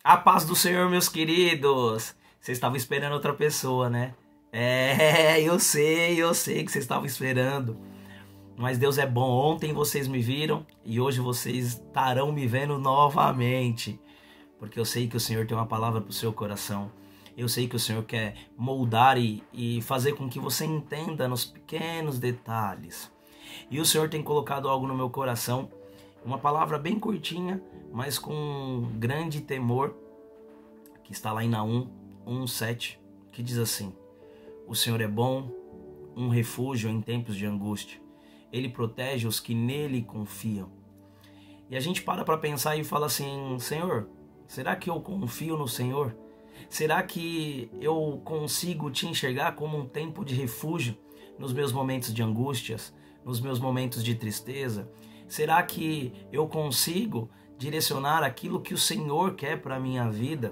A paz do Senhor, meus queridos. Vocês estavam esperando outra pessoa, né? Eu sei que vocês estavam esperando. Mas Deus é bom. Ontem vocês me viram e hoje vocês estarão me vendo novamente. Porque eu sei que o Senhor tem uma palavra para o seu coração. Eu sei que o Senhor quer moldar e fazer com que você entenda nos pequenos detalhes. E o Senhor tem colocado algo no meu coração. Uma palavra bem curtinha, mas com um grande temor, que está lá em Naum 1:7, que diz assim: o Senhor é bom, um refúgio em tempos de angústia. Ele protege os que nele confiam. E a gente para pensar e fala assim: Senhor, será que eu confio no Senhor? Será que eu consigo te enxergar como um tempo de refúgio nos meus momentos de angústias, nos meus momentos de tristeza? Será que eu consigo direcionar aquilo que o Senhor quer para a minha vida,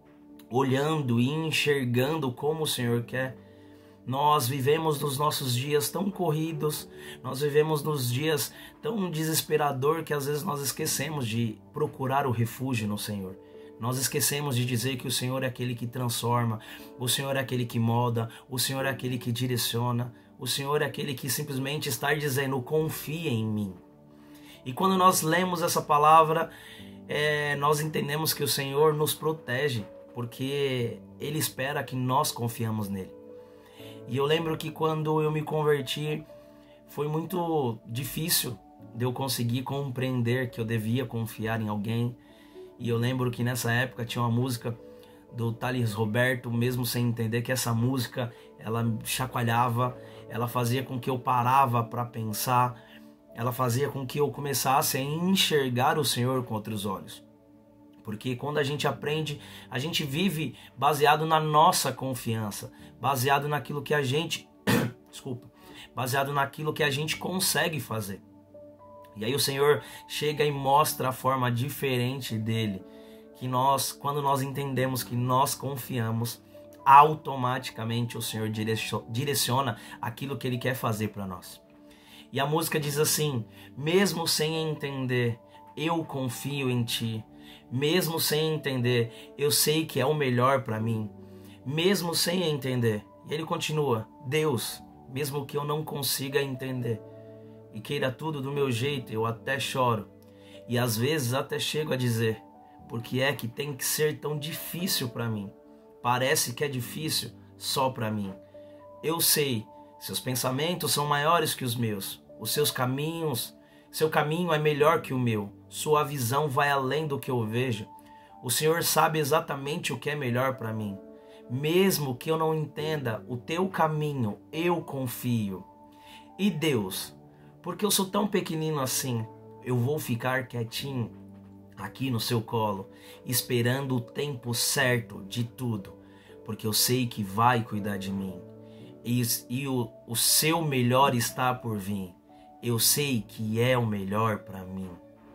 olhando e enxergando como o Senhor quer? Nós vivemos nos nossos dias tão corridos, nós vivemos nos dias tão desesperador que às vezes nós esquecemos de procurar o refúgio no Senhor. Nós esquecemos de dizer que o Senhor é aquele que transforma, o Senhor é aquele que molda, o Senhor é aquele que direciona, o Senhor é aquele que simplesmente está dizendo: confia em mim. E quando nós lemos essa palavra, nós entendemos que o Senhor nos protege, porque Ele espera que nós confiamos nele. E eu lembro que quando eu me converti, foi muito difícil de eu conseguir compreender que eu devia confiar em alguém. E eu lembro que nessa época tinha uma música do Thales Roberto, mesmo sem entender que essa música, ela chacoalhava, ela fazia com que eu parava para pensar, ela fazia com que eu começasse a enxergar o Senhor com outros olhos. Porque quando a gente aprende, a gente vive baseado na nossa confiança, baseado naquilo que a gente, baseado naquilo que a gente consegue fazer. E aí o Senhor chega e mostra a forma diferente dele, que nós, quando nós entendemos que nós confiamos, automaticamente o Senhor direciona aquilo que ele quer fazer para nós. E a música diz assim: mesmo sem entender, eu confio em ti. Mesmo sem entender, eu sei que é o melhor para mim. Mesmo sem entender. E ele continua: Deus, mesmo que eu não consiga entender e queira tudo do meu jeito, eu até choro. E às vezes até chego a dizer: por que é que tem que ser tão difícil para mim? Parece que é difícil só para mim. Eu sei, seus pensamentos são maiores que os meus. Os seus caminhos, seu caminho é melhor que o meu. Sua visão vai além do que eu vejo. O Senhor sabe exatamente o que é melhor para mim. Mesmo que eu não entenda o teu caminho, eu confio. E Deus, porque eu sou tão pequenino assim, eu vou ficar quietinho aqui no seu colo, esperando o tempo certo de tudo, porque eu sei que vai cuidar de mim. E o seu melhor está por vir. Eu sei que é o melhor para mim.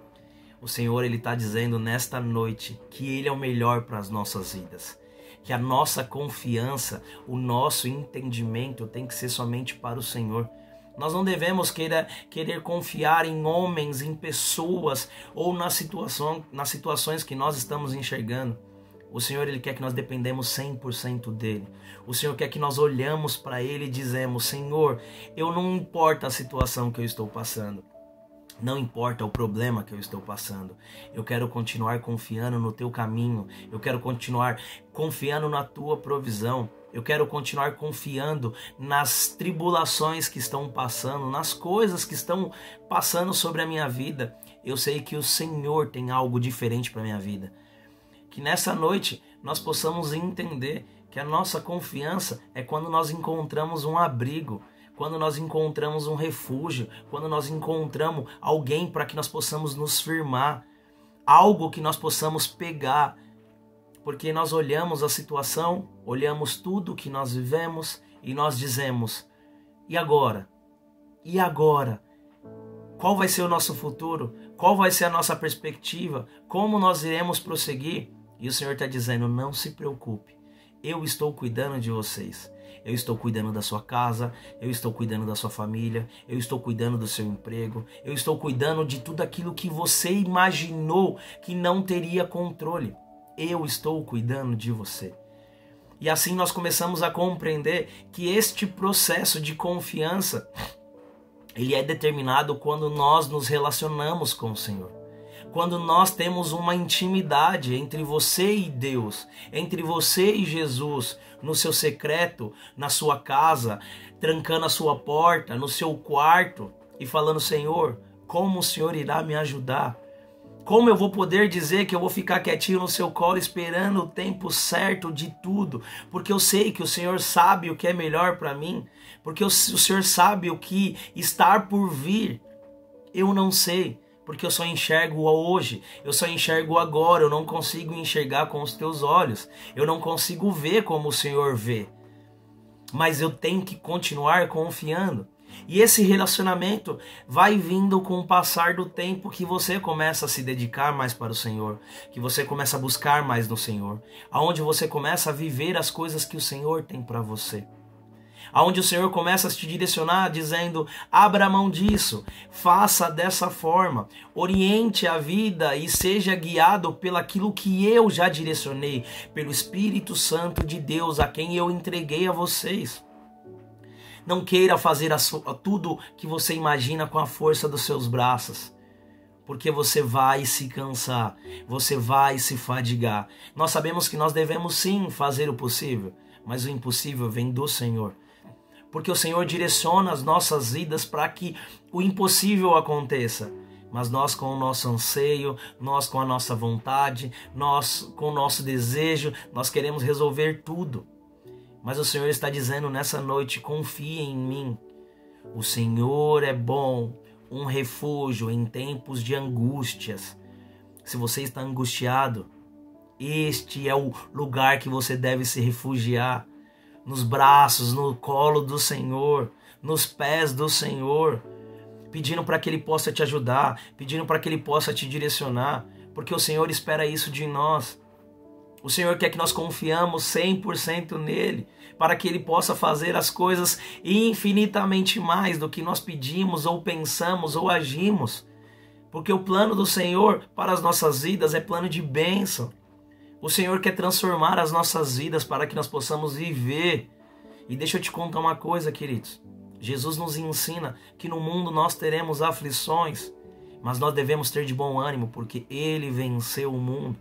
O Senhor, Ele está dizendo nesta noite que Ele é o melhor para as nossas vidas. Que a nossa confiança, o nosso entendimento tem que ser somente para o Senhor. Nós não devemos querer confiar em homens, em pessoas ou nas situações que nós estamos enxergando. O Senhor, Ele quer que nós dependemos 100% dEle. O Senhor quer que nós olhamos para Ele e dizemos: Senhor, eu não importa a situação que eu estou passando. Não importa o problema que eu estou passando. Eu quero continuar confiando no teu caminho. Eu quero continuar confiando na tua provisão. Eu quero continuar confiando nas tribulações que estão passando, nas coisas que estão passando sobre a minha vida. Eu sei que o Senhor tem algo diferente para a minha vida. Que nessa noite nós possamos entender que a nossa confiança é quando nós encontramos um abrigo, quando nós encontramos um refúgio, quando nós encontramos alguém para que nós possamos nos firmar, algo que nós possamos pegar, porque nós olhamos a situação, olhamos tudo que nós vivemos e nós dizemos: e agora? E agora? Qual vai ser o nosso futuro? Qual vai ser a nossa perspectiva? Como nós iremos prosseguir? E o Senhor está dizendo: não se preocupe, eu estou cuidando de vocês. Eu estou cuidando da sua casa, eu estou cuidando da sua família, eu estou cuidando do seu emprego, eu estou cuidando de tudo aquilo que você imaginou que não teria controle. eu estou cuidando de você. E assim nós começamos a compreender que este processo de confiança, ele é determinado quando nós nos relacionamos com o Senhor. Quando nós temos uma intimidade entre você e Deus, entre você e Jesus, no seu secreto, na sua casa, trancando a sua porta, no seu quarto e falando: Senhor, como o Senhor irá me ajudar? Como eu vou poder dizer que eu vou ficar quietinho no seu colo esperando o tempo certo de tudo? Porque eu sei que o Senhor sabe o que é melhor para mim. Porque o Senhor sabe o que está por vir. Eu não sei, porque eu só enxergo hoje. Eu só enxergo agora. Eu não consigo enxergar com os teus olhos. Eu não consigo ver como o Senhor vê. Mas eu tenho que continuar confiando. E esse relacionamento vai vindo com o passar do tempo, que você começa a se dedicar mais para o Senhor, que você começa a buscar mais no Senhor, aonde você começa a viver as coisas que o Senhor tem para você, aonde o Senhor começa a te direcionar dizendo: abra mão disso, faça dessa forma, oriente a vida e seja guiado pelaquilo que eu já direcionei, pelo Espírito Santo de Deus, a quem eu entreguei a vocês. Não queira fazer tudo que você imagina com a força dos seus braços, porque você vai se cansar, você vai se fadigar. Nós sabemos que nós devemos sim fazer o possível, mas o impossível vem do Senhor. Porque o Senhor direciona as nossas vidas para que o impossível aconteça. Mas nós, com o nosso anseio, nós com a nossa vontade, nós com o nosso desejo, nós queremos resolver tudo. Mas o Senhor está dizendo nessa noite: confie em mim. O Senhor é bom, um refúgio em tempos de angústias. Se você está angustiado, este é o lugar que você deve se refugiar. Nos braços, no colo do Senhor, nos pés do Senhor, pedindo para que Ele possa te ajudar, pedindo para que Ele possa te direcionar, porque o Senhor espera isso de nós. O Senhor quer que nós confiamos 100% nele, para que Ele possa fazer as coisas infinitamente mais do que nós pedimos, ou pensamos, ou agimos. Porque o plano do Senhor para as nossas vidas é plano de bênção. O Senhor quer transformar as nossas vidas para que nós possamos viver. E deixa eu te contar uma coisa, queridos. Jesus nos ensina que no mundo nós teremos aflições, mas nós devemos ter de bom ânimo, porque Ele venceu o mundo.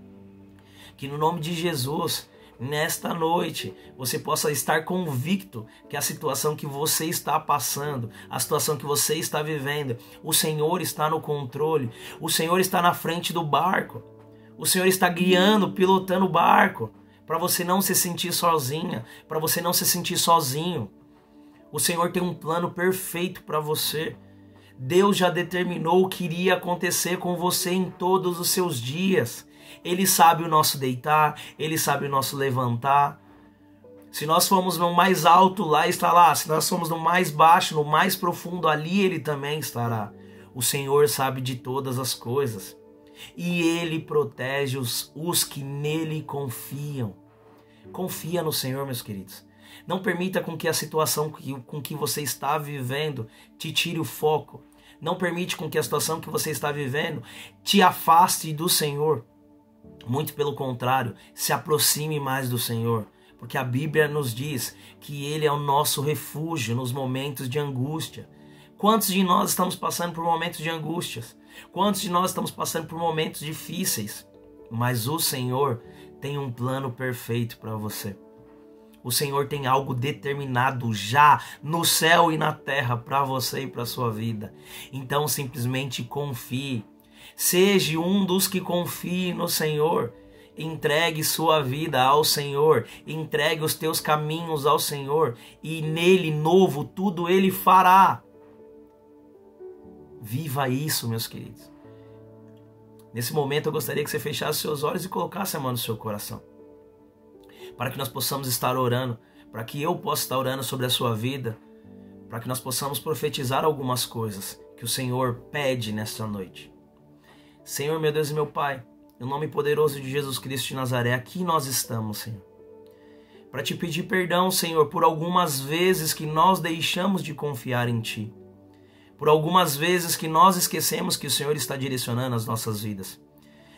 Que no nome de Jesus, nesta noite, você possa estar convicto que a situação que você está passando, a situação que você está vivendo, o Senhor está no controle, o Senhor está na frente do barco, o Senhor está guiando, pilotando o barco, para você não se sentir sozinha, para você não se sentir sozinho. O Senhor tem um plano perfeito para você. Deus já determinou o que iria acontecer com você em todos os seus dias. Ele sabe o nosso deitar, Ele sabe o nosso levantar. Se nós formos no mais alto, lá está lá. Se nós formos no mais baixo, no mais profundo, ali Ele também estará. O Senhor sabe de todas as coisas. E Ele protege os que nele confiam. Confia no Senhor, meus queridos. Não permita com que a situação com que você está vivendo te tire o foco. Não permite com que a situação que você está vivendo te afaste do Senhor. Muito pelo contrário, se aproxime mais do Senhor, porque a Bíblia nos diz que Ele é o nosso refúgio nos momentos de angústia. Quantos de nós estamos passando por momentos de angústias? Quantos de nós estamos passando por momentos difíceis? Mas o Senhor tem um plano perfeito para você. O Senhor tem algo determinado já no céu e na terra para você e para a sua vida. Então simplesmente confie. Seja um dos que confie no Senhor. Entregue sua vida ao Senhor. Entregue os teus caminhos ao Senhor. E nele novo tudo Ele fará. Viva isso, meus queridos. Nesse momento eu gostaria que você fechasse seus olhos e colocasse a mão no seu coração. Para que nós possamos estar orando. Para que eu possa estar orando sobre a sua vida. Para que nós possamos profetizar algumas coisas que o Senhor pede nesta noite. Senhor, meu Deus e meu Pai, no nome poderoso de Jesus Cristo de Nazaré, aqui nós estamos, Senhor. Para te pedir perdão, Senhor, por algumas vezes que nós deixamos de confiar em Ti. Por algumas vezes que nós esquecemos que o Senhor está direcionando as nossas vidas.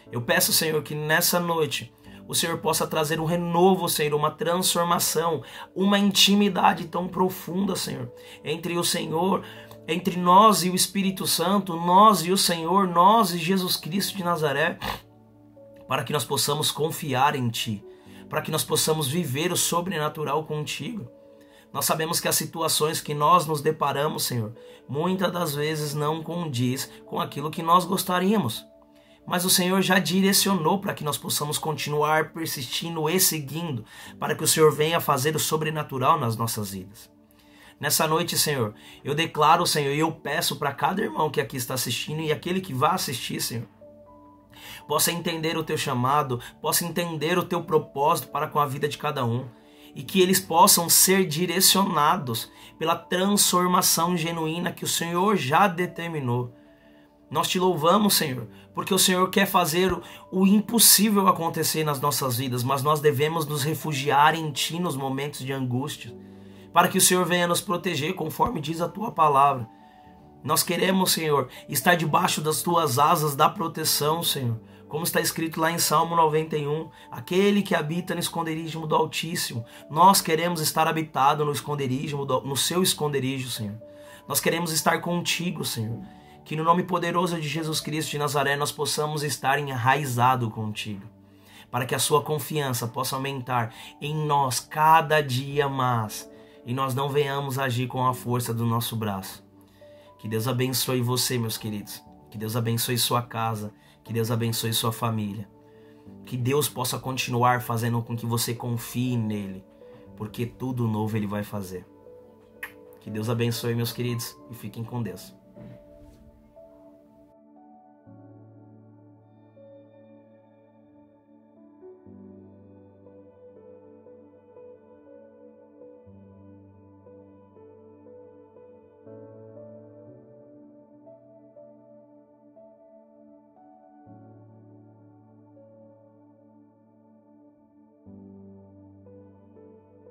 Eu peço, Senhor, que nessa noite o Senhor possa trazer um renovo, Senhor, uma transformação, uma intimidade tão profunda, Senhor, entre o Senhor, entre nós e o Espírito Santo, nós e o Senhor, nós e Jesus Cristo de Nazaré, para que nós possamos confiar em Ti, para que nós possamos viver o sobrenatural contigo. Nós sabemos que as situações que nós nos deparamos, Senhor, muitas das vezes não condiz com aquilo que nós gostaríamos. Mas o Senhor já direcionou para que nós possamos continuar persistindo e seguindo, para que o Senhor venha fazer o sobrenatural nas nossas vidas. Nessa noite, Senhor, eu declaro, Senhor, e eu peço para cada irmão que aqui está assistindo e aquele que vai assistir, Senhor, possa entender o Teu chamado, possa entender o Teu propósito para com a vida de cada um, e que eles possam ser direcionados pela transformação genuína que o Senhor já determinou. Nós Te louvamos, Senhor, porque o Senhor quer fazer o impossível acontecer nas nossas vidas, mas nós devemos nos refugiar em Ti nos momentos de angústia, para que o Senhor venha nos proteger, conforme diz a Tua palavra. Nós queremos, Senhor, estar debaixo das Tuas asas da proteção, Senhor, como está escrito lá em Salmo 91, aquele que habita no esconderijo do Altíssimo. Nós queremos estar habitado no Seu esconderijo, Senhor. Nós queremos estar contigo, Senhor. Que no nome poderoso de Jesus Cristo de Nazaré nós possamos estar enraizado contigo, para que a sua confiança possa aumentar em nós cada dia mais, e nós não venhamos agir com a força do nosso braço. Que Deus abençoe você, meus queridos. Que Deus abençoe sua casa. Que Deus abençoe sua família. Que Deus possa continuar fazendo com que você confie nele, porque tudo novo Ele vai fazer. Que Deus abençoe, meus queridos, e fiquem com Deus.